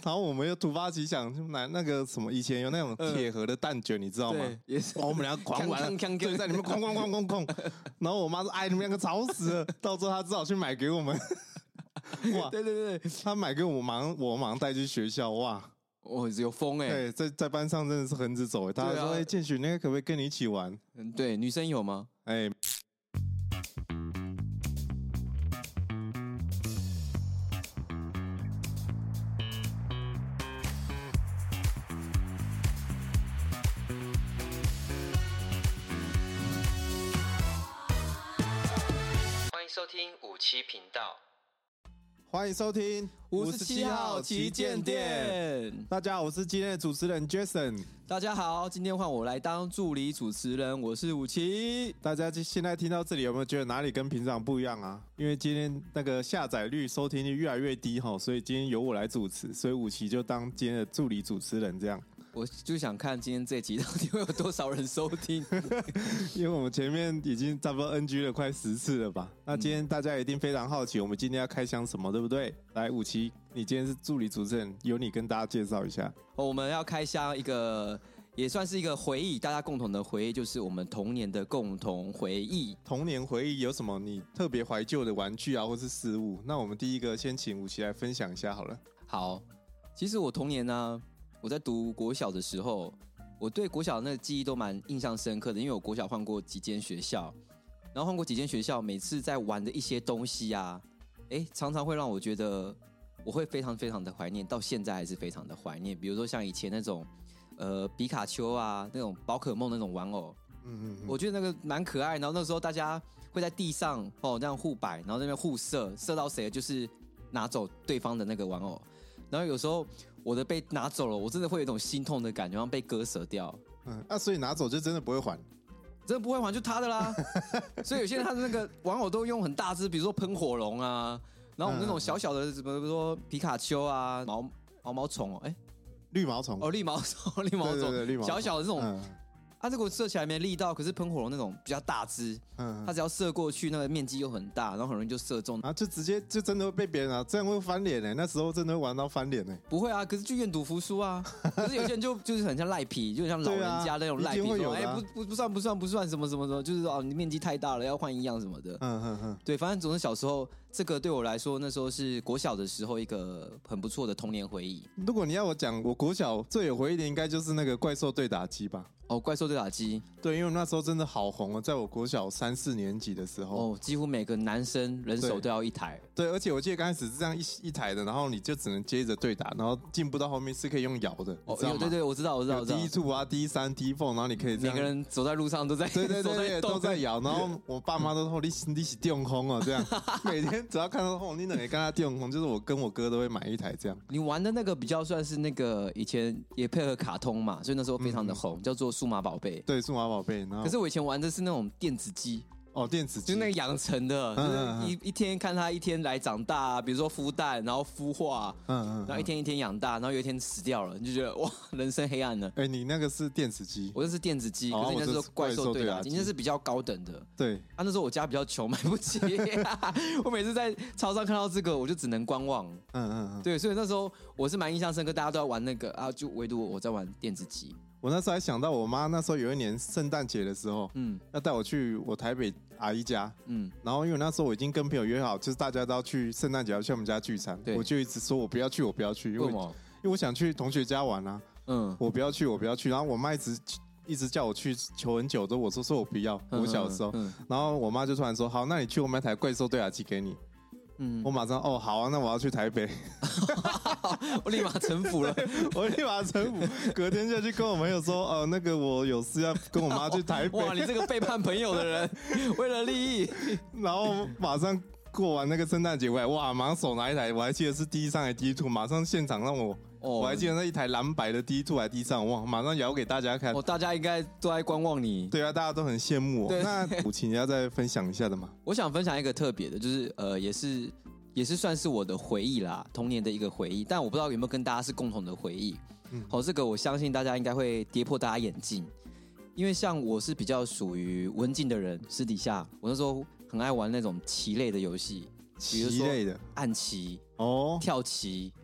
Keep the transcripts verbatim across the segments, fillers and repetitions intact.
然后我们又突发奇想，就买那个什么，以前有那种铁盒的蛋卷，你知道吗？ 对，也是。 然后我们两个狂玩，对，在里面哐哐哐哐哐。然后我妈说：“哎，你们两个吵死了。”到最后她只好去买给我们。 哇，对对对， 她买给我们，马上我马上带去学校，哇！ 哦，有风哎、 欸！对，在在班上真的是横着走哎。大家说：“哎、啊，建许那个可不可以跟你一起玩？” 嗯，对，女生有吗？哎、欸。 欢迎收听五七频道。 欢迎收听五十七号旗舰店。 大家好，我是今天的主持人 Jason。 大家好，今天换我来当助理主持人，我是五七。 大家现在听到这里有没有觉得哪里跟平常不一样啊？因为今天那个下载率、收听率越来越低哈，所以今天由我来主持，所以五七就当今天的助理主持人这样。 我就想看今天这集到底会有多少人收听， 因为我们前面已经差不多 N G 了快十次了吧？那今天大家一定非常好奇，我们今天要开箱什么，对不对？来，五七，你今天是助理主持人，由你跟大家介绍一下。 我们要开箱一个，也算是一个回忆，大家共同的回忆，就是我们童年的共同回忆。 童年回忆有什么你特别怀旧的玩具啊，或是事物？那我们第一个先请五七来分享一下好了。 好，其实我童年呢、啊。我在读国小的时候，我对国小那个记忆都蛮印象深刻的，因为我国小换过几间学校，然后换过几间学校，每次在玩的一些东西啊，哎，常常会让我觉得我会非常非常的怀念，到现在还是非常的怀念。比如说像以前那种呃皮卡丘啊，那种宝可梦那种玩偶，嗯嗯，我觉得那个蛮可爱。然后那时候大家会在地上哦这样互摆，然后在那边互射，射到谁就是拿走对方的那个玩偶。然后有时候我的被拿走了，我真的会有一种心痛的感觉，好像被割舍掉。 嗯，啊，所以拿走就真的不会还， 真的不会还就他的啦。所以有些人他的那个玩偶都用很大只，比如说喷火龙啊，然后我们那种小小的什么，比如说皮卡丘啊、毛毛毛虫哦，哎， 绿毛虫哦，绿毛虫，绿毛虫， 对对对，绿毛虫， 小小的这种。 嗯它、啊、如果射起来没力道，可是喷火龙那种比较大只，嗯，它只要射过去，那个面积又很大，然后很容易就射中， 啊，就直接就真的会被别人啊，这样会翻脸哎，那时候真的会玩到翻脸哎。 不会啊，可是就愿赌服输啊。可是有些人就就是很像赖皮，就很像老人家那种赖皮，说哎、啊欸、不不不算不算不算什么什么什么，就是说哦你面积太大了，要换一样什么的。嗯嗯嗯，对，反正总之小时候这个对我来说，那时候是国小的时候一个很不错的童年回忆。 如果你要我讲，我国小最有回忆的应该就是那个怪兽对打机吧。 哦，怪兽对打机， 对，因为那时候真的好红哦，在我国小三四年级的时候， 哦，几乎每个男生人手都要一台。 对，对而且我记得刚开始是这样一一台的，然后你就只能接着对打，然后进步到后面是可以用摇的。哦， 对对对，我知道，我知道， 第一two啊，第一三 ，D four， 然后你可以这样， 每个人走在路上都在， 对对对对，都在摇。然后我爸妈都说你你是电空哦，这样每天只要看到红，你等于跟他电空，就是我跟我哥都会买一台这样。 你玩的那个比较算是那个以前也配合卡通嘛，所以那时候非常的红，嗯、叫做数码宝贝。 对。数码宝贝， 可是我以前玩的是那种电子机哦，电子机就那个养成的，就是一一天看它一天来长大，比如说孵蛋，然后孵化，嗯嗯，然后一天一天养大，然后有一天死掉了，你就觉得哇，人生黑暗了。 哎，你那个是电子机， 我这是电子机，可是你那是怪兽对打机，那是比较高等的。 对， 啊，那时候我家比较穷，买不起，我每次在超商看到这个，我就只能观望。嗯嗯嗯，对，所以那时候我是蛮印象深刻，大家都在玩那个啊，就唯独我在玩电子机。 我那时候还想到，我妈那时候有一年圣诞节的时候，嗯，要带我去我台北阿姨家，嗯，然后因为那时候我已经跟朋友约好，就是大家都要去圣诞节要去我们家聚餐，我就一直说我不要去，我不要去，因为因为我想去同学家玩啊，嗯，我不要去，我不要去，然后我妈一直一直叫我去，求很久，都我说说我不要，我小的时候，嗯嗯嗯、然后我妈就突然说，好，那你去我买台怪兽对打机给你。嗯，我马上哦，好啊，那我要去台北， 我立马臣服了， 我立马臣服，隔天就去跟我朋友说，哦、呃，那个我有事要跟我妈去台北。 哇，你这个背叛朋友的人，为了利益， 然后马上过完那个圣诞节回来，哇，马上手拿一台，我还记得是第一上还是第一兔，马上现场让我。哦、我还记得那一台蓝白的第一兔还第上，哇！马上摇给大家看。 哦，大家应该都在观望你。 对啊，大家都很羡慕我。那武奇你要再分享一下的吗？ 我想分享一个特别的，就是呃，也是也是算是我的回忆啦，童年的一个回忆。但我不知道有没有跟大家是共同的回忆。嗯，好、哦，这个我相信大家应该会跌破大家眼镜，因为像我是比较属于文静的人，私底下我那时候很爱玩那种棋类的游戏，比如说棋类的暗棋哦， 跳棋。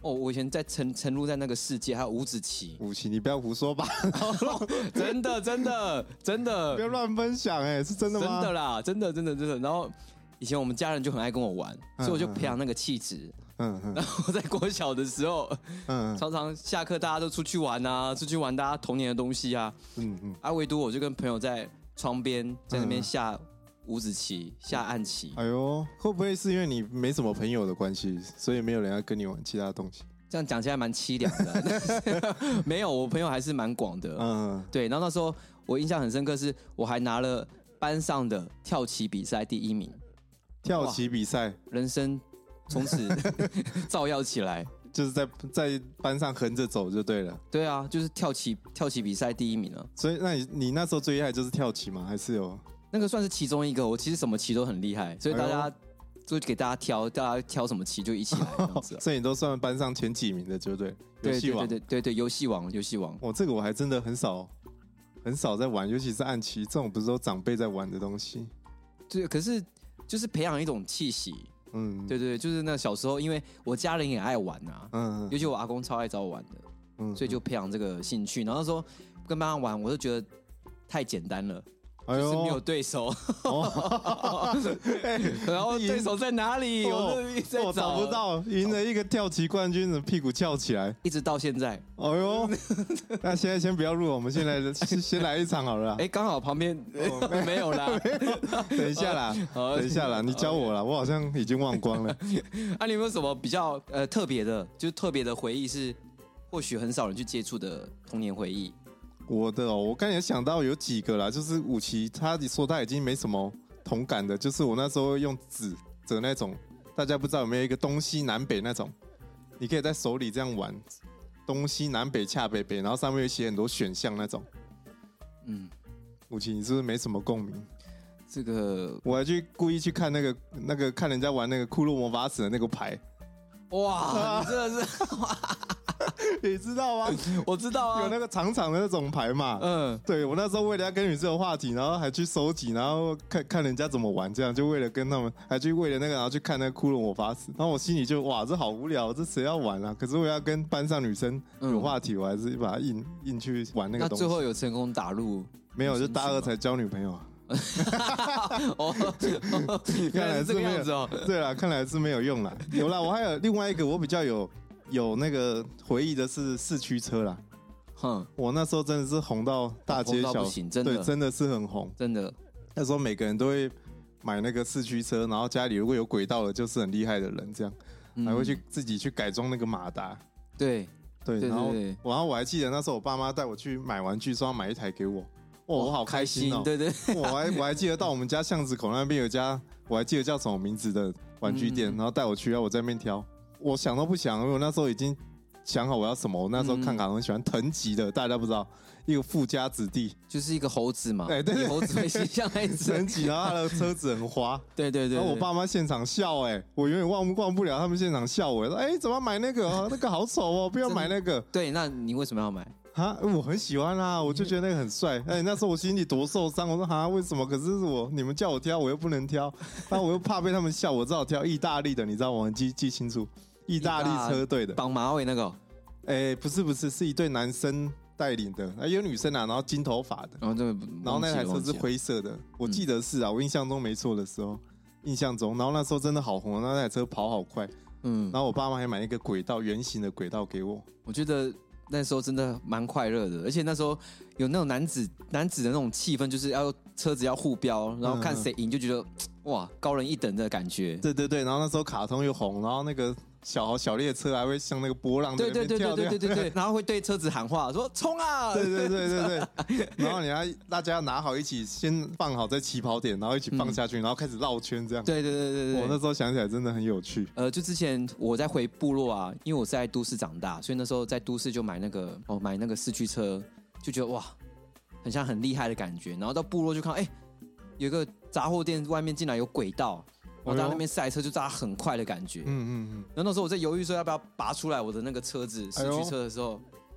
哦，我以前在沉沉入在那个世界，还有五子棋。 五棋，你不要胡说吧！ 真的，真的，真的， 不要乱分享哎、欸，是真的吗？ 真的啦，真的，真的，真的。然后以前我们家人就很爱跟我玩，嗯、所以我就培养那个气质。嗯嗯。然后在国小的时候，嗯，常常下课大家都出去玩啊，出去玩大家童年的东西啊。嗯嗯。啊，唯独我就跟朋友在窗边在那边下五子棋、下暗棋。 哎呦，会不会是因为你没什么朋友的关系，所以没有人要跟你玩其他东西？ 这样讲起来蛮凄凉的。没有，我朋友还是蛮广的。嗯，对。然后那时候我印象很深刻，是我还拿了班上的跳棋比赛第一名。 跳棋比赛， 人生从此照耀起来。 就是在在班上横着走就对了。 对啊，就是跳棋跳棋比赛第一名了。 所以那你你那时候最厉害就是跳棋吗？还是有那个算是其中一个？我其实什么棋都很厉害，所以大家就给大家挑，大家挑什么棋就一起来这样子、啊。 所以你都算班上前几名的，就对。游戏王， 对对对对对，游戏王，游戏王。 我、哦、这个我还真的很少很少在玩，尤其是暗棋这种不是都长辈在玩的东西。 对，可是就是培养一种气息。嗯，对对，就是那小时候，因为我家人也爱玩啊，嗯，尤其我阿公超爱找我玩的，嗯，所以就培养这个兴趣。然后那时候跟班上玩，我就觉得太简单了，哎、就是没有对手，哦、然后对手在哪里？哦、我一直在找， 我找不到，赢了一个跳棋冠军的屁股翘起来， 一直到现在。 哎呦，那现在先不要录，我们现在先来一场好了。 哎，刚好旁边、哦、没有啦， 等一下啦，等一下啦，你教我啦，我好像已经忘光了。 啊，你有没有什么比较呃特别的，就是特别的回忆是或许很少人去接触的童年回忆？ 我的哦，我刚才想到有几个啦，就是武棋，他说他已经没什么同感的，就是我那时候用纸折那种，大家不知道有没有一个东西南北那种，你可以在手里这样玩。东西南北恰北北，然后上面有写很多选项那种。嗯，武棋，你是不是没什么共鸣？ 这个我还去故意去看那个那个看人家玩那个库洛魔法使的那个牌。 哇，你真的是， 你知道吗？ 我知道啊， 有那个长长的那种牌嘛。嗯，对，我那时候为了要跟女生有话题，然后还去收集，然后看看人家怎么玩，这样就为了跟他们，还去为了那个，然后去看那个库洛魔法使。然后我心里就哇，这好无聊，这谁要玩啊？可是我要跟班上女生有话题，嗯、我还是把它硬硬去玩那个东西。 那最后有成功打入？ 没有，就大二才交女朋友。哦，看来是没有哦。对啦，看来是没有用啦。有啦，我还有另外一个我比较有有那个回忆的是四驱车啦。哼，我那时候真的是红到大街小， 真的对，真的是很红， 真的。 那时候每个人都会买那个四驱车，然后家里如果有轨道的，就是很厉害的人，这样、嗯、还会去自己去改装那个马达。 对对，然后然后我还记得那时候我爸妈带我去買玩具，说要买一台给我。哇，我好开心哦！ 对对， 我还我还记得到我们家巷子口那边有一家，我还记得叫什么名字的玩具店，嗯、然后带我去，然后我在那边挑。我想都不想，因为我那时候已经想好我要什么。我那时候看卡通很喜欢藤吉的，大家不知道，一个富家子弟， 就是一个猴子嘛， 对对对， 猴子为形象那一只藤吉，然后他的车子很花， 对对对。 然后我爸妈现场笑，哎，我永远忘忘不了他们现场笑我，说哎怎么买那个、哦？那个好丑哦，不要买那个。 对，那你为什么要买？ 啊，我很喜欢啊，我就觉得那个很帅。哎，那时候我心里多受伤，我说啊，为什么？可是我你们叫我挑，我又不能挑，然后我又怕被他们笑，我只好挑意大利的，你知道我很记记清楚，意大利车队的， 绑马尾那个、哦。 哎，不是不是，是一对男生带领的，啊，有女生啊，然后金头发的， 然后这个， 然后那台车是灰色的，我记得是啊，我印象中没错的时候，印象中，然后那时候真的好红，那台车跑好快，嗯，然后我爸妈还买一个轨道圆形的轨道给我， 我觉得。那时候真的蛮快乐的，而且那时候有那种男子男子的那种气氛，就是要车子要互飙，然后看谁赢就觉得、嗯、哇高人一等的感觉。 对对对，然后那时候卡通又红，然后那个小豪小列车还会像那个波浪在那边跳， 对对对对对对，然后会对车子喊话说冲啊！ 对对对对对，然后你还大家拿好一起先放好在起跑点，然后一起放下去，嗯、然后开始绕圈这样。 对对对对对， 我那时候想起来真的很有趣。 呃，就之前我在回部落啊，因为我是在都市长大，所以那时候在都市就买那个哦买那个四驱车，就觉得哇，很像很厉害的感觉。然后到部落就看，哎，有一个杂货店外面竟然有轨道。我在那边赛车就扎很快的感觉，嗯嗯嗯。然后那时候我在犹豫说要不要拔出来我的那个车子四驱车的时候，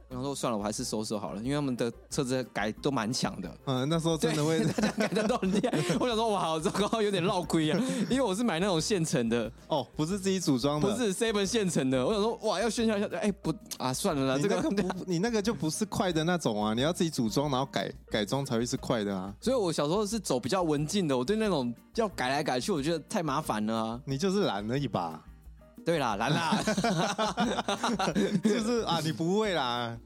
我想说算了，我还是收收好了，因为他们的车子改都蛮强的。 嗯，那时候真的会大家改的都很厉害。我想说哇，好糟糕，有点落亏啊，因为我是买那种现成的。 哦，不是自己组装的， 不是 Seven 现成的。我想说哇，要炫耀一下，哎、欸、不啊，算了啦，这个不，你那个就不是快的那种啊，你要自己组装，然后改改装才会是快的啊。 所以我小时候是走比较文静的，我对那种要改来改去，我觉得太麻烦了啊。 你就是懒而已吧？ 对啦，懒啦， 就是啊，你不会啦。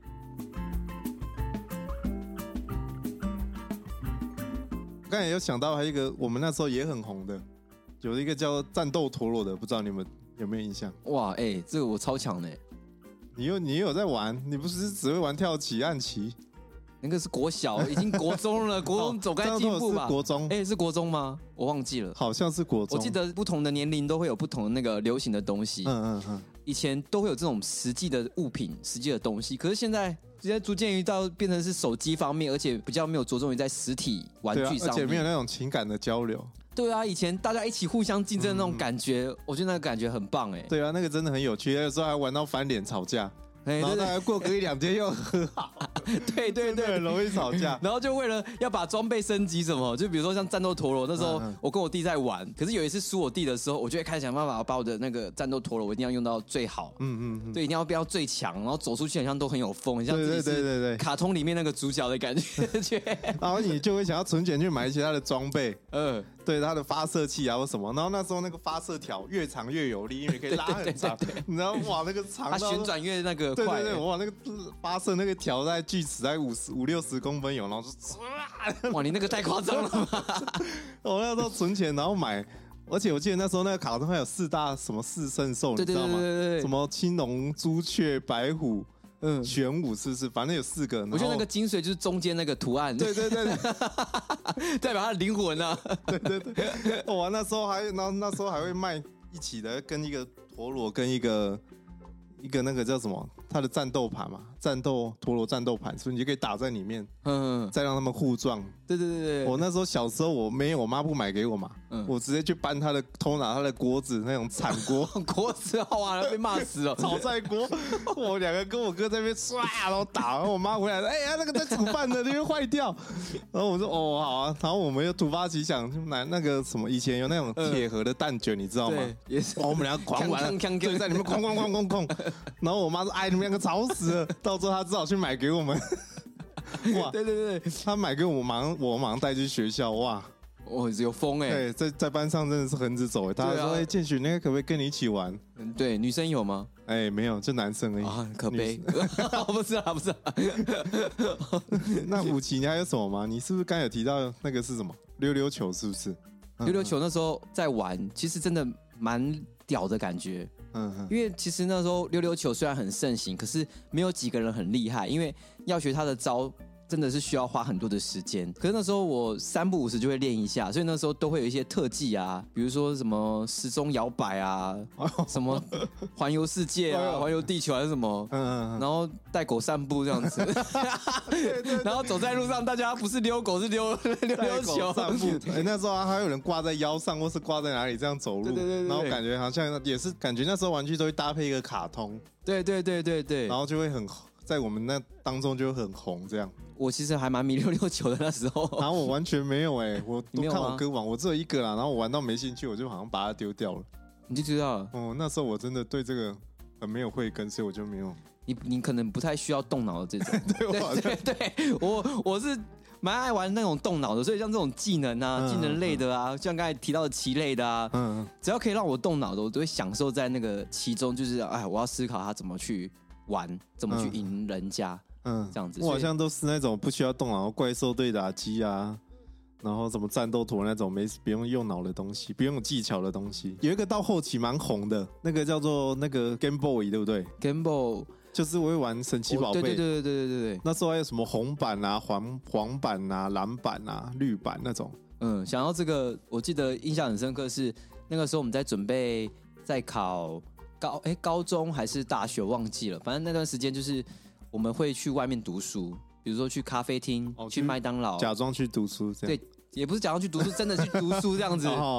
我刚才有想到还有一个，我们那时候也很红的，有一个叫战斗陀螺的，不知道你们有没有印象？ 哇，哎、欸，这个我超强的、欸。 你有你有在玩？你不是只会玩跳棋、暗棋？ 那个是国小，已经国中了，国中走该进步吧？ 是国中， 哎、欸，是国中吗？我忘记了， 好像是国中。 我记得不同的年龄都会有不同的那个流行的东西。嗯嗯嗯。以前都会有这种实际的物品、实际的东西，可是现在现在逐渐于到变成是手机方面，而且比较没有着重于在实体玩具上面， 而且没有那种情感的交流。 对啊，以前大家一起互相竞争的那种感觉，嗯、我觉得那个感觉很棒哎。 对啊，那个真的很有趣，有时候还玩到翻脸吵架。然后大概过个一两天又和好， 对对对， 很容易吵架。 然后就为了要把装备升级什么，就比如说像战斗陀螺，那时候我跟我弟在玩，可是有一次输我弟的时候，我就会开始想办法把我的那个战斗陀螺我一定要用到最好，嗯嗯嗯，对，一定要变到最强，然后走出去好像都很有风，很像自己是卡通里面那个主角的感觉。 然后你就会想要存钱去买一些他的装备，嗯。对他的发射器啊或什么，然后那时候那个发射条越长越有力，因为可以拉很长，你知道哇那个长， 它旋转越那个快，对对对，哇那个发射那个条在锯齿在五十五六十公分有，然后就哇你那个太夸张了吧！ 我那时候存钱然后买，而且我记得那时候那个卡通还有四大什么四圣兽，你知道吗？对对对对，什么青龙、朱雀、白虎。嗯，玄武是不是？反正有四个。 我觉得那个精髓就是中间那个图案， 对对对对， 代表他的灵魂啊。 对对对，哇，那时候还，然后那时候还会卖一起的，跟一个陀螺，跟一个一个那个叫什么，它的战斗盘嘛，战斗陀螺战斗盘，所以你就可以打在里面，嗯，再让他们互撞。 对对对对， 我那时候小时候我没有，我妈不买给我嘛，嗯、我直接去搬他的偷拿他的锅子，那种铲锅， 锅子哇，被骂死了， 炒菜锅，我两个跟我哥在那边唰，然后打，然后我妈回来说，哎、欸、呀，那个在煮饭的，那边坏掉，然后我说哦好啊，然后我们又突发奇想，就拿那个什么，以前有那种铁盒的蛋卷，你知道吗？ 也是， 我们两个狂玩，就在里面哐哐哐哐哐，然后我妈说，哎你们两个吵死了，到最后她只好去买给我们。 哇，对对对， 他买给我马上，我马上带去学校，哇， 哦，有风哎、 欸，对，在在班上真的是横着走哎。他说，哎、啊，建许那个可不可以跟你一起玩？ 嗯，对，女生有吗？ 哎、欸，没有，就男生而已。 啊，可悲，不是啊，不是、啊。 那武奇，你还有什么吗？你是不是刚有提到那个是什么溜溜球？是不是？ 溜溜球那时候在玩，其实真的蛮屌的感觉。嗯，因为其实那时候溜溜球虽然很盛行，可是没有几个人很厉害，因为要学他的招真的是需要花很多的时间。可是那时候我三不五时就会练一下，所以那时候都会有一些特技啊，比如说什么时钟摇摆啊，什么环游世界啊，环游地球还是什么，嗯，然后带狗散步这样子，然后走在路上，大家不是遛狗是溜溜溜球散步。哎，那时候还有人挂在腰上，或是挂在哪里这样走路，对对对，然后感觉好像也是感觉那时候玩具都会搭配一个卡通， 对对对对对， 然后就会很在我们那当中就会很红这样。 我其实还蛮迷溜溜球的那时候， 然后我完全没有哎、欸，我都看我哥玩，我只有一个啦，然后我玩到没兴趣，我就好像把它丢掉了。 你就知道了？ 哦，那时候我真的对这个很没有慧根，所以我就没有。 你你可能不太需要动脑的这种， 对对对对，我我是蛮爱玩那种动脑的，所以像这种技能啊、嗯、技能类的啊，像刚才提到的棋类的啊，嗯，只要可以让我动脑的，我都会享受在那个其中，就是哎，我要思考他怎么去玩，怎么去赢人家。嗯嗯，这样子， 我好像都是那种不需要动脑，怪兽对打机啊，然后什么战斗陀那种没不用用脑的东西，不用有技巧的东西。有一个到后期蛮红的，那个叫做那个 Game Boy， 对不对 ？Game Boy 就是我会玩神奇宝贝， 对对对对对对对。 那时候还有什么红版啊、黄黄版啊、蓝版啊、绿版那种。 嗯，想到这个，我记得印象很深刻是那个时候我们在准备在考高哎、欸、高中还是大学忘记了，反正那段时间就是。我们会去外面读书，比如说去咖啡厅、哦、去麦当劳， 假装去读书这样。 对，也不是假装去读书，真的去读书这样子。哦、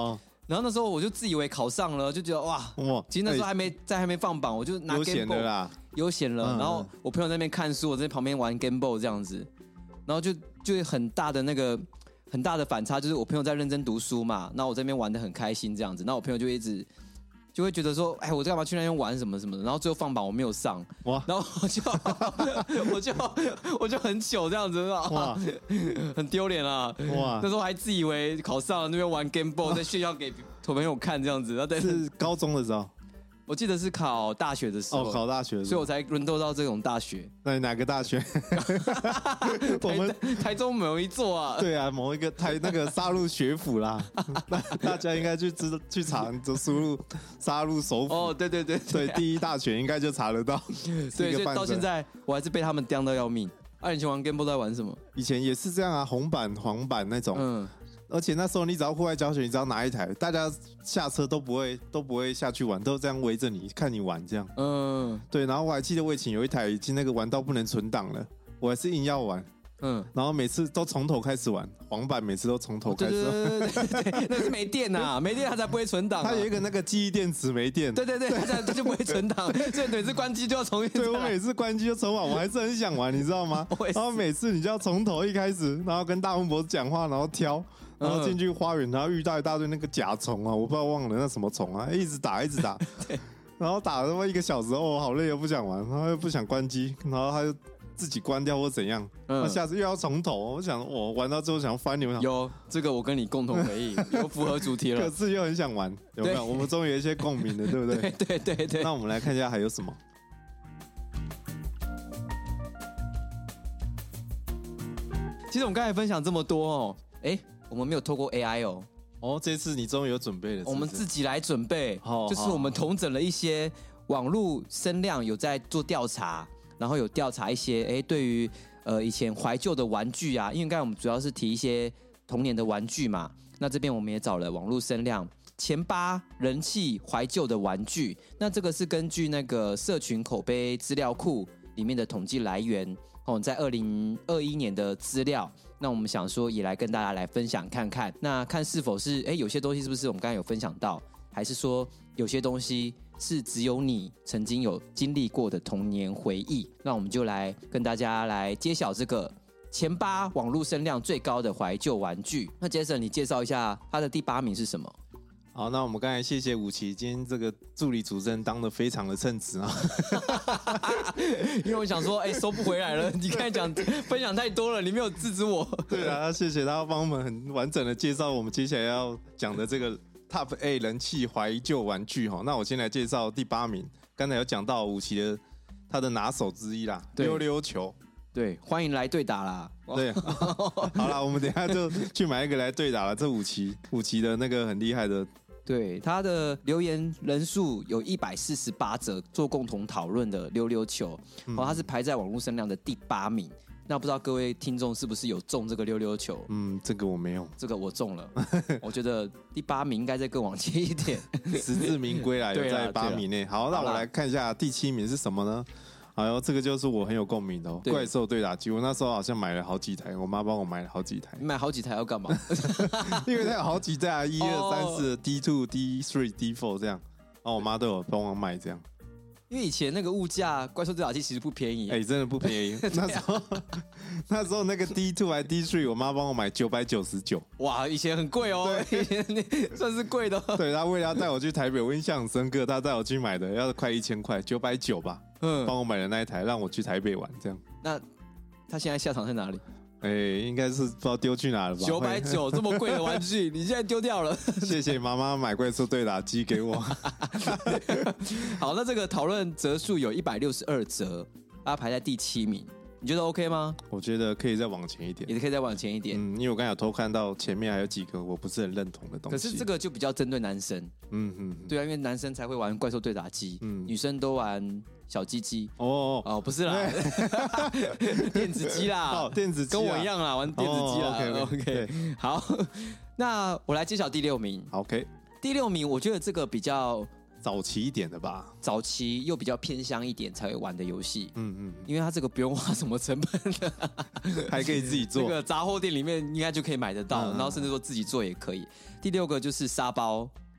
然后那时候我就自以为考上了，就觉得哇，哇其实那时候还没、欸、在还没放榜，我就拿 Game Boy 啦， 悠闲了。嗯、然后我朋友在那边看书，我在旁边玩 Game Boy 这样子，然后就就很大的那个很大的反差，就是我朋友在认真读书嘛，那我这边玩得很开心这样子，那我朋友就一直。就会觉得说，哎，我干嘛去那边玩什么什么的，然后最后放榜我没有上，哇，然后我就我就我就很糗这样子，哇，很丢脸啊，哇，那时候还自以为考上了，那边玩 Game Boy 在炫耀给朋友看这样子，然后是高中的时候。 我记得是考大学的时候， 哦，考大学的时候， 所以我才轮到到这种大学。 那你哪个大学？ 我们台中某一座啊。 对啊，某一个台那个杀戮学府啦，那大家应该去知去查，就输入杀戮首府。 哦，对对对对，第一大学应该就查得到。 对，所以到现在我还是被他们刁到要命。啊，以前玩 Game Boy 在玩什么？ 以前也是这样啊，红版、黄版那种。嗯。而且那时候你只要户外教学，你只要拿一台，大家下车都不会都不会下去玩，都这样围着你看你玩这样。嗯，对。然后我还记得我以前有一台已经那个玩到不能存档了，我还是硬要玩。嗯，然后每次都从头开始玩，黄版每次都从头开始玩。 对对对对对，那是没电呐，没电它才不会存档。 它有一个那个记忆电池没电。 对对对，它才它就不会存档，所以每次关机就要重新。 对，我每次关机就重玩，我还是很想玩，你知道吗？然后每次你就要从头一开始，然后跟大文博讲话，然后挑。然后进去花园，然后遇到一大堆那个甲虫啊，我不知道忘了那什么虫啊，一直打一直打，然后打了那么一个小时，哦，好累，又不想玩，然后又不想关机，然后他就自己关掉或怎样，嗯、那下次又要从头，我想我玩到最后想翻你们， 有这个我跟你共同回忆，有符合主题了， 可是又很想玩，有没有？我们终于有一些共鸣了，对不对？ 对对对对。 那我们来看一下还有什么。 其实我们刚才分享这么多哦，哎。我们没有透过 A I 哦， 哦，这次你终于有准备了是不是？ 我们自己来准备，哦、就是我们统整了一些网络声量，有在做调查，然后有调查一些，哎，对于呃以前怀旧的玩具啊，因为刚才我们主要是提一些童年的玩具嘛，那这边我们也找了网络声量前八人气怀旧的玩具，那这个是根据那个社群口碑资料库里面的统计来源，哦，在二零二一年的资料。那我们想说，也来跟大家来分享看看，那看是否是哎，有些东西是不是我们刚才有分享到，还是说有些东西是只有你曾经有经历过的童年回忆？那我们就来跟大家来揭晓这个前八网络声量最高的怀旧玩具。那Jason，你介绍一下它的第八名是什么？ 好，那我们刚才谢谢武奇，今天这个助理主持人当得非常的称职啊， 因为我想说，哎、欸，收不回来了，你刚才讲分享太多了，你没有制止我。 对啊，谢谢他帮我们很完整的介绍我们接下来要讲的这个 Top A 人气怀旧玩具哈。那我先来介绍第八名，刚才有讲到武奇的他的拿手之一啦，溜溜球。 对，欢迎来对打啦！ 对，好啦，我们等一下就去买一个来对打了。这武奇，武奇的那个很厉害的。 对，他的留言人数有一百四十八则做共同讨论的溜溜球，嗯、哦，他是排在网络声量的第八名。那不知道各位听众是不是有中这个溜溜球？ 嗯，这个我没有， 这个我中了。我觉得第八名应该再更往前一点， 实至名归啦，有在八名内。好，那我来看一下第七名是什么呢？哎呦，这个就是我很有共鸣的、哦、怪兽对打机。我那时候好像买了好几台，我妈帮我买了好几台。 你买好几台要干嘛？ 因为它有好几代啊，一二三四 D 二 D 三 D 四这样，然后我妈都有帮我买这样。 因为以前那个物价，怪兽对打机其实不便宜， 哎、欸，真的不便宜。那时候那时候那个 D 二 还 D 三，我妈帮我买九百九十九。 哇，以前很贵哦，以前算是贵的、哦。 对，她为了要带我去台北，我印象很深刻，她带我去买的要快一千块，九百九吧。嗯，帮我买的那一台，让我去台北玩，这样。 那他现在下场在哪里？ 哎、欸，应该是不知道丢去哪了吧？ 九百九这么贵的玩具，你现在丢掉了。 谢谢妈妈买怪兽对打机给我。 好，那这个讨论则数有一百六十二则，它排在第七名。你觉得 OK 吗？ 我觉得可以再往前一点， 也可以再往前一点。 嗯，因为我刚才有偷看到前面还有几个我不是很认同的东西。 可是这个就比较针对男生。嗯嗯，对啊，因为男生才会玩怪兽对打机，嗯，女生都玩小鸡鸡。哦哦，不是啦，电子鸡啦， 哦，电子鸡跟我一样啦，玩电子鸡啦。 哦、OK OK， 好，那我来揭晓第六名。 OK， 第六名，我觉得这个比较。 早期一点的吧， 早期又比较偏乡一点才会玩的游戏，嗯嗯，因为它这个不用花什么成本的， 还可以自己做， 这个杂货店里面应该就可以买得到，嗯、然后甚至说自己做也可以。第六个就是沙包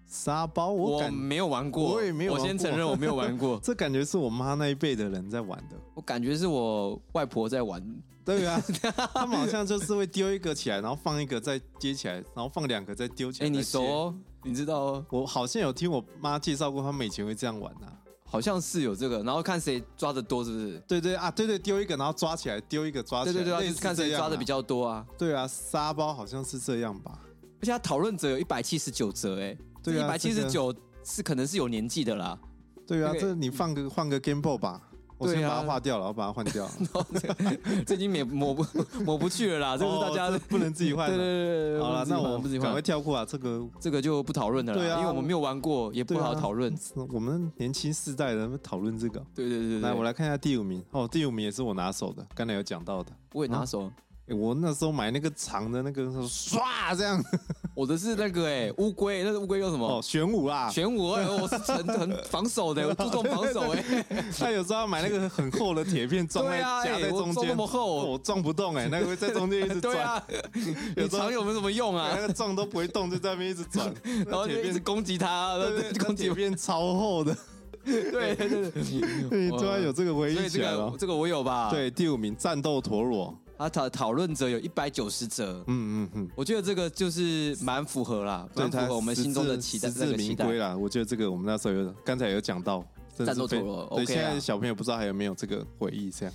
沙包我我没有玩过， 我也没有玩过， 我先承认我没有玩过。 这感觉是我妈那一辈的人在玩的， 我感觉是我外婆在玩。 对啊，他们好像就是会丢一个起来，然后放一个再接起来，然后放两个再丢起来。 哎、欸，你熟哦，你知道哦。 我好像有听我妈介绍过，他们以前会这样玩啊。 好像是有这个，然后看谁抓的多，是不是？ 对对啊，对对，丢一个然后抓起来，丢一个抓起来， 对对对、啊，就是看谁抓的比较多啊。 对啊，沙包好像是这样吧。 而且他讨论者有一百七十九折，哎，对啊，一百七十九是可能是有年纪的啦。 对啊，这你放个换个 Game Boy 吧。我先把它划掉了，我把它换掉了。 这已经抹抹不抹不去了啦，这是大家、哦、 不能自己换。 对对对， 好了，那我赶快跳过啊，这个这个就不讨论了啦。对啊，因为我们没有玩过，也不好讨论、 啊。我们年轻世代的讨论这个。 对对 对, 对。 来，我来看一下第五名哦，第五名也是我拿手的，刚才有讲到的。 我也拿手。啊我那时候买那个长的那个，唰这样。 我的是那个哎、欸，乌龟，那个乌龟叫什么？ 哦，玄武啦， 玄武哎，我是很很防守的，我注重防守哎、欸。 他有时候要买那个很厚的铁片装在夹在中间， 那么厚， 我撞不动哎，那个会在中间一直转。 对啊，有长有没有什么用啊？ 那个撞都不会动，就在那边一直转， 然后就一直攻击他，然后攻击铁片超厚的。 对对对， 你突然有这个回忆起来了， 这个我有吧？ 对，第五名战斗陀螺。 他讨讨论者有一百九十折，嗯嗯嗯，我觉得这个就是蛮符合啦，蛮符合我们心中的期待， 实至名归啦。我觉得这个我们那时候有刚才有讲到战斗陀螺， 对，现在小朋友不知道还有没有这个回忆这样。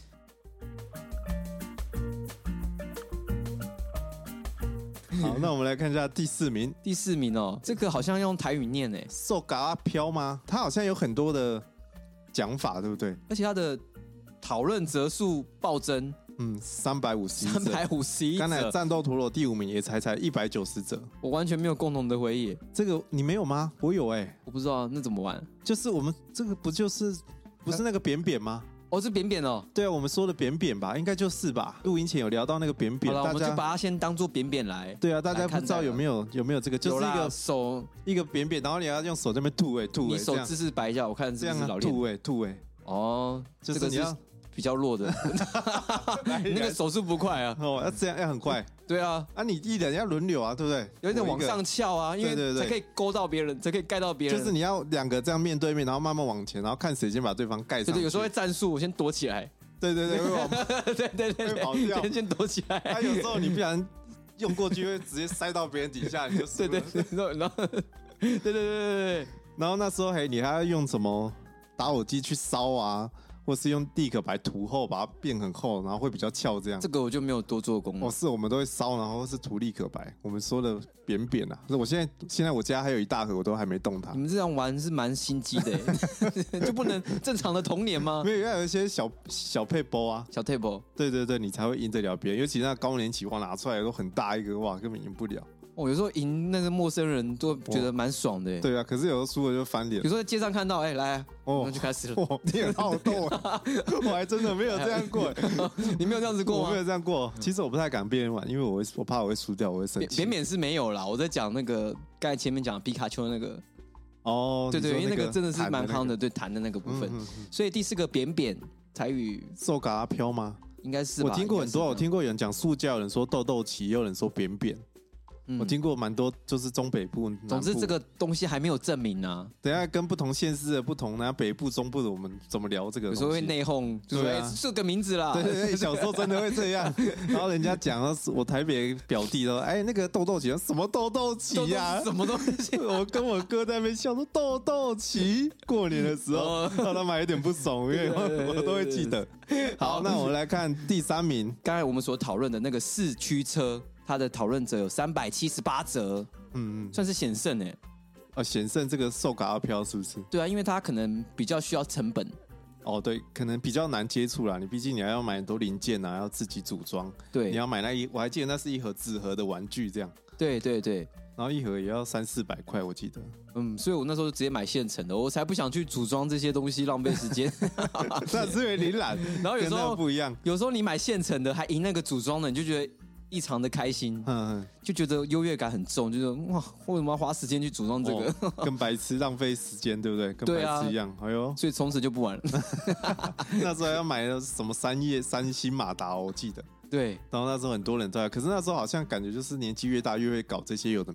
好，那我们来看一下第四名。 第四名哦，这个好像用台语念诶， 受嘎飘吗？它好像有很多的讲法，对不对？ 而且它的讨论折数暴增。 嗯，三百五十一折， 三百五十一折。 刚才战斗陀螺第五名也才才一百九十折， 我完全没有共同的回忆。 这个你没有吗？我有哎、欸， 我不知道那怎么玩。 就是我们这个不就是不是那个扁扁吗？ 哦，是扁扁哦。 对啊，我们说的扁扁吧，应该就是吧。录音前有聊到那个扁扁， 好了，我们就把它先当做扁扁来。 对啊，大家不知道有没有有没有这个，就是一个手一个扁扁，然后你要用手在那边吐哎吐哎， 你手姿势摆一下，我看这样老吐哎吐哎。 哦， 就是你要。 比较弱的，你那个手速不快啊！ 哦，要这样要很快。 对啊， 啊，你一人要轮流啊，对不对？ 有一点往上翘啊，因为才可以勾到别人，才可以盖到别人。 就是你要两个这样面对面，然后慢慢往前，然后看谁先把对方盖上。 对对，有时候会战术，我先躲起来。 对对对，会往对对对对， 跑掉， 先先躲起来。 他有时候你不然用过去会直接塞到别人底下，你就对对对，然后对对对对对， 然后那时候嘿，你还要用什么打火机去烧啊？或是用地可白涂厚，把它变很厚，然后会比较翘这样。 这个我就没有多做功了。 哦，是我们都会烧，然后是涂立可白。我们说的扁扁啊，我现在现在我家还有一大盒，我都还没动它。 你们这样玩是蛮心机的，就不能正常的童年吗？ 没有，要有一些小小配包啊， 小 table。 对对对，你才会赢得了别人。尤其那高年级哇，拿出来都很大一个，哇，根本赢不了。 哦，有时候赢那个陌生人都觉得蛮爽的。 对啊，可是有时候输了就翻脸。 有时候在街上看到，哎、欸，来、啊，哦，那就开始了。 哦，你很好斗啊！我还真的没有这样过。 你没有这样子过吗？ 我没有这样过。其实我不太敢别人玩，因为我会我怕我会输掉，我会生气。 扁扁是没有啦，我在讲那个刚才前面讲皮卡丘那个。 哦， 对 对, 对，因为那个真的是蛮夯的， 那個、 对弹的那个部分。 嗯嗯嗯、 所以第四个扁扁台语受嘎阿飘吗？ 应该是吧。 我听过很多，我听过有人讲塑胶，有人说豆豆旗，也有人说扁扁。嗯、我听过蛮多，就是中北部。 总之，这个东西还没有证明啊。 等一下跟不同县市的不同，然后北部、中部的，我们怎么聊这个？ 有时候会内讧，对啊，是个名字啦。 对对对，小时候真的会这样。然后人家讲，我台北表弟说：“哎，那个豆豆旗，什么豆豆旗呀？ 什么东西？” 我跟我哥在那边笑说：“豆豆旗。”过年的时候，让他们有点不爽，因为我都会记得。好，那我们来看第三名， 刚才我们所讨论的那个四驱车。他的讨论者有三百七十八折，嗯嗯，算是险胜哎。 啊，险胜这个受嘎阿飘是不是？ 对啊，因为他可能比较需要成本。 哦，对，可能比较难接触啦。你毕竟你还要买很多零件啊，要自己组装。 对， 你要买那一，我还记得那是一盒纸盒的玩具这样。 对对对， 然后一盒也要三四百块，我记得。 嗯，所以我那时候就直接买现成的，我才不想去组装这些东西，浪费时间。 那是因为你懒， 然后有时候不一样， 有时候你买现成的还赢那个组装的，你就觉得异常的开心，嗯，就觉得优越感很重，就是哇，为什么要花时间去组装这个？ 哦、跟白痴浪费时间，对不对？跟白痴一样，哎呦， 所以从此就不玩了。 那时候要买什么三叶三星马达、哦，我记得。 对， 然后那时候很多人都在，可是那时候好像感觉就是年纪越大越会搞这些有的没的。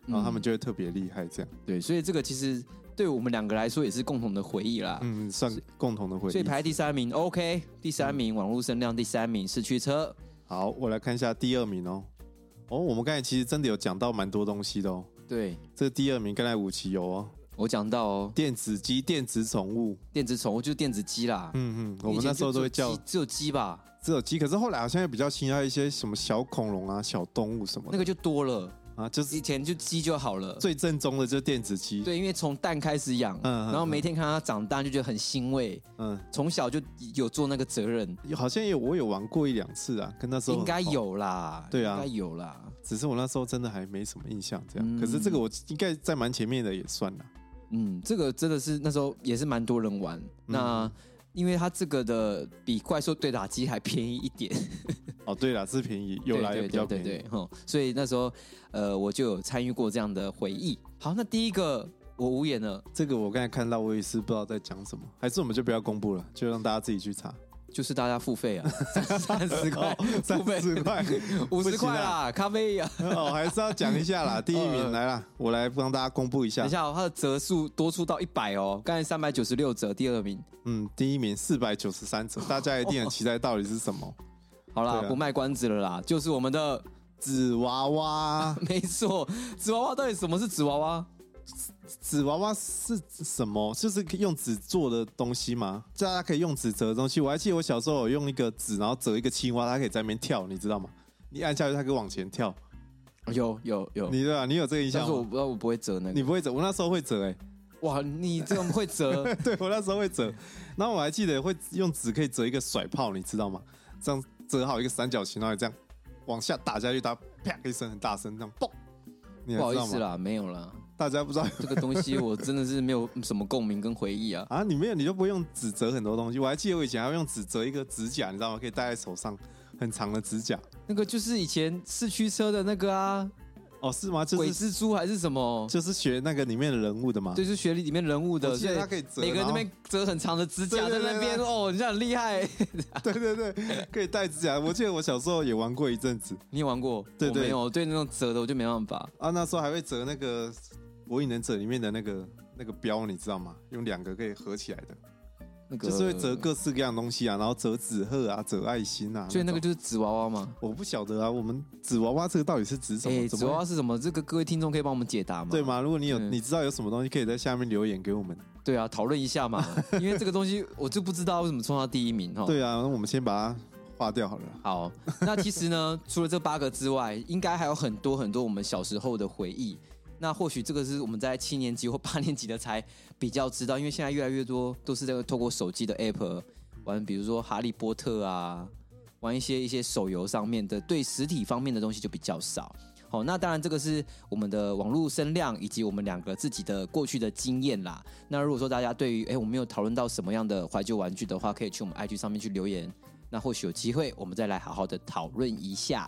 然后他们就会特别厉害这样。 对，所以这个其实对我们两个来说也是共同的回忆啦。 嗯，算共同的回忆。 所以排第三名 ，OK， 第三名、嗯、网络声量，第三名四驱车。 好，我来看一下第二名哦。哦，我们刚才其实真的有讲到蛮多东西的哦。 对， 这个第二名刚才武奇有哦。 我讲到哦， 电子鸡、电子宠物、 电子宠物就是电子鸡啦。 嗯嗯，我们那时候都会叫只有鸡吧， 只有鸡。可是后来好像也比较新，还有一些什么小恐龙啊、小动物什么的， 那个就多了啊。就是以前就鸡就好了， 最正宗的就是电子鸡。 对，因为从蛋开始养，嗯，然后每天看它长大就觉得很欣慰。嗯，从小就有做那个责任。 好像有我有玩过一两次啊，跟那时候应该有啦， 对啊， 应该有啦。 只是我那时候真的还没什么印象，这样。嗯、可是这个我应该在蛮前面的也算了。 嗯，这个真的是那时候也是蛮多人玩。嗯、那因为它这个的比怪兽对打机还便宜一点。 哦，对啦，是便宜，有来也比较便宜。对对对对， 所以那时候呃我就有参与过这样的回忆。好，那第一个我无言了。 这个我刚才看到我也是不知道在讲什么，还是我们就不要公布了，就让大家自己去查。 就是大家付费啊，三十块， 三十块， 五十块啦，咖啡呀、 啊。哦，还是要讲一下啦。第一名来啦，我来帮大家公布一下。 等一下、哦，它的折数多出到一百哦，刚才三百九十六折，第二名。 嗯，第一名四百九十三折，大家一定很期待到底是什么。 好啦、啊，不卖关子了啦，就是我们的纸娃娃。 没错，纸娃娃到底什么是纸娃娃？ 纸娃娃是什么？就是用纸做的东西吗？大家可以用纸折的东西。我还记得我小时候有用一个纸，然后折一个青蛙，它可以在那边跳，你知道吗？你按下去，它可以往前跳。 有有有， 你对吧？你有这个印象吗？ 但是我不知道，我不会折那个。 你不会折，我那时候会折哎、欸。 哇，你这种会折？ 对，我那时候会折。然后我还记得会用纸可以折一个甩炮，你知道吗？这样折好一个三角形，然后这样往下打下去，它啪一声很大声，这样嘣。 不好意思啦，没有啦。 大家不知道这个东西，我真的是没有什么共鸣跟回忆啊！ 啊，你没有，你就不会用纸折很多东西。我还记得我以前还会用纸折一个指甲，你知道吗？可以戴在手上，很长的指甲。 那个就是以前四驱车的那个啊。 哦，是吗？就是鬼蜘蛛还是什么？ 就是学那个里面的人物的嘛。 对，就是学里面人物的。 所以它可以折， 每个人那边折很长的指甲在那边哦，你这样很厉害。 对对对，可以戴指甲。我记得我小时候也玩过一阵子。 你也玩过？ 对对， 我没有，对那种折的我就没办法。 啊，那时候还会折那个。火影忍者里面的那个那个标，你知道吗？用两个可以合起来的，那个就是会折各式各样的东西啊，然后折纸鹤啊，折爱心啊。 所以那个就是纸娃娃吗？ 我不晓得啊，我们纸娃娃这个到底是指什么？ 欸、纸娃娃是什么？这个各位听众可以帮我们解答吗？ 对吗？如果你有、嗯、你知道有什么东西，可以在下面留言给我们。 对啊，讨论一下嘛，因为这个东西我就不知道为什么冲到第一名哈。 对啊，那我们先把它划掉好了。 好，那其实呢，除了这八个之外，应该还有很多很多我们小时候的回忆。那或许这个是我们在七年级或八年级的才比较知道，因为现在越来越多都是这个透过手机的 app 玩，比如说哈利波特啊，玩一些一些手游上面的，对实体方面的东西就比较少。好，那当然这个是我们的网络声量以及我们两个自己的过去的经验啦。那如果说大家对于哎我们有讨论到什么样的怀旧玩具的话，可以去我们 I G 上面去留言，那或许有机会我们再来好好的讨论一下。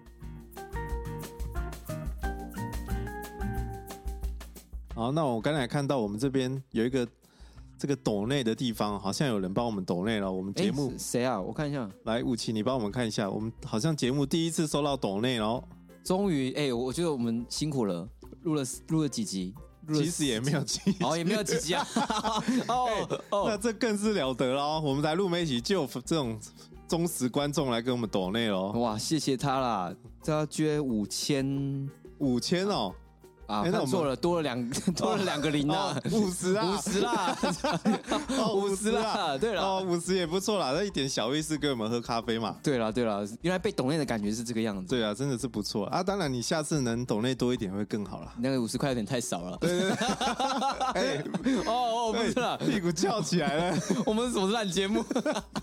好，那我刚才看到我们这边有一个这个抖内的地方，好像有人帮我们抖内了。我们节目谁啊？我看一下。 来，武奇，你帮我们看一下。我们好像节目第一次收到抖内，然后终于，哎、欸，我觉得我们辛苦了，录了录了几集， 其实也没有几集， 哦，也没有几集啊。 哦、欸、哦，那这更是了得了。我们才录没几，就有这种忠实观众来跟我们抖内哦。 哇，谢谢他啦，这要捐五千， 五千哦。 啊，看错了，多了两多了两个零啊， 五十啊， 五十啦，五十啦，对了， 哦，五十也不错啦，那一点小意思给我们喝咖啡嘛。 对了对了，原来被抖内的感觉是这个样子。 对啊，真的是不错啊。当然，你下次能抖内多一点会更好啦。 那个五十块有点太少了。 对对对。哎， 哦哦，不是啦， 屁股翘起来了。 我们是什么烂节目？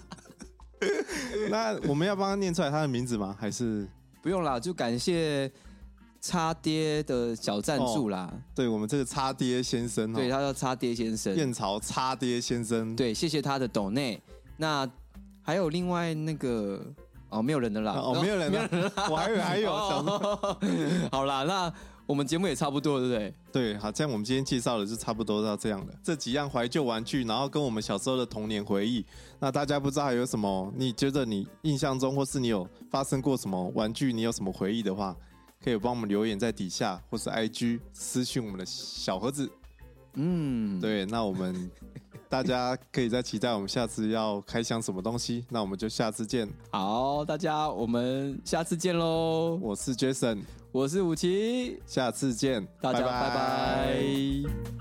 那我们要帮他念出来他的名字吗？还是不用啦？就感谢。叉爹的小赞助啦、哦， 对我们这个叉爹先生、哦， 对他叫叉爹先生， 燕巢叉爹先生， 对，谢谢他的抖内。那还有另外那个哦，没有人的啦， 哦，没有人了，我还以为还有。 哦、好啦，那我们节目也差不多了，对不对？ 对，好，这样我们今天介绍的就差不多到这样了。这几样怀旧玩具，然后跟我们小时候的童年回忆。那大家不知道还有什么？你觉得你印象中，或是你有发生过什么玩具？你有什么回忆的话？ 可以帮我们留言在底下，或是 I G 私讯我们的小盒子。嗯，对，那我们大家可以再期待我们下次要开箱什么东西。那我们就下次见。 好，大家我们下次见喽。 我是 Jason， 我是武奇， 下次见， 大家拜拜。拜拜。